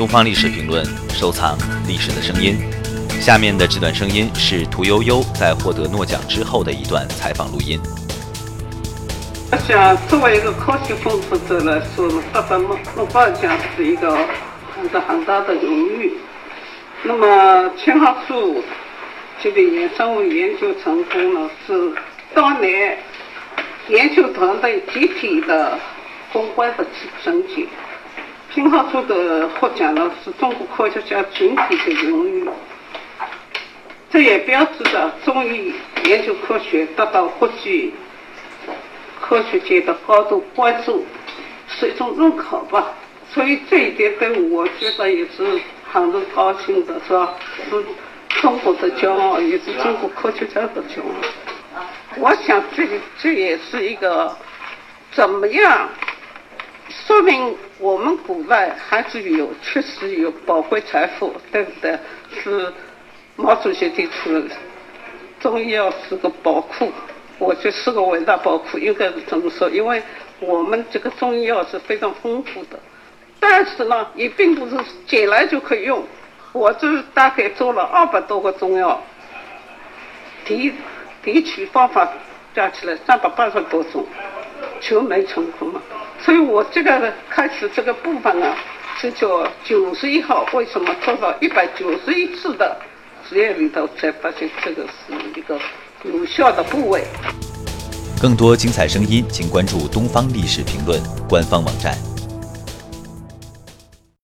东方历史评论，收藏历史的声音。下面的这段声音是屠呦呦在获得诺奖之后的一段采访录音。 我想，作为一个科学工作者来说，得到诺贝尔奖是一个很大的荣誉。那么，青蒿素这个衍生物研究成功呢，是当年研究团队集体的公关的成绩。青蒿素的获奖呢，是中国科学家群体的荣誉。这也标志着中医研究科学得到国际科学界的高度关注，是一种认可吧。所以这一点对我觉得也是很高兴的，是吧？是中国的骄傲，也是中国科学家的骄傲。我想这也是一个怎么样说明我们古代还是确实有宝贵财富，对不对？是毛主席提出的中医药是个宝库，我觉得是个伟大宝库，应该是这么说，因为我们这个中医药是非常丰富的，但是呢，也并不是捡来就可以用。我这大概做了200多个中药，提取方法加起来380多种，全没成功了。所以我这个开始这个部分呢，是叫91号，为什么做到191次的实验里头才发现这个是一个有效的部位。 更多精彩声音，请关注东方历史评论官方网站。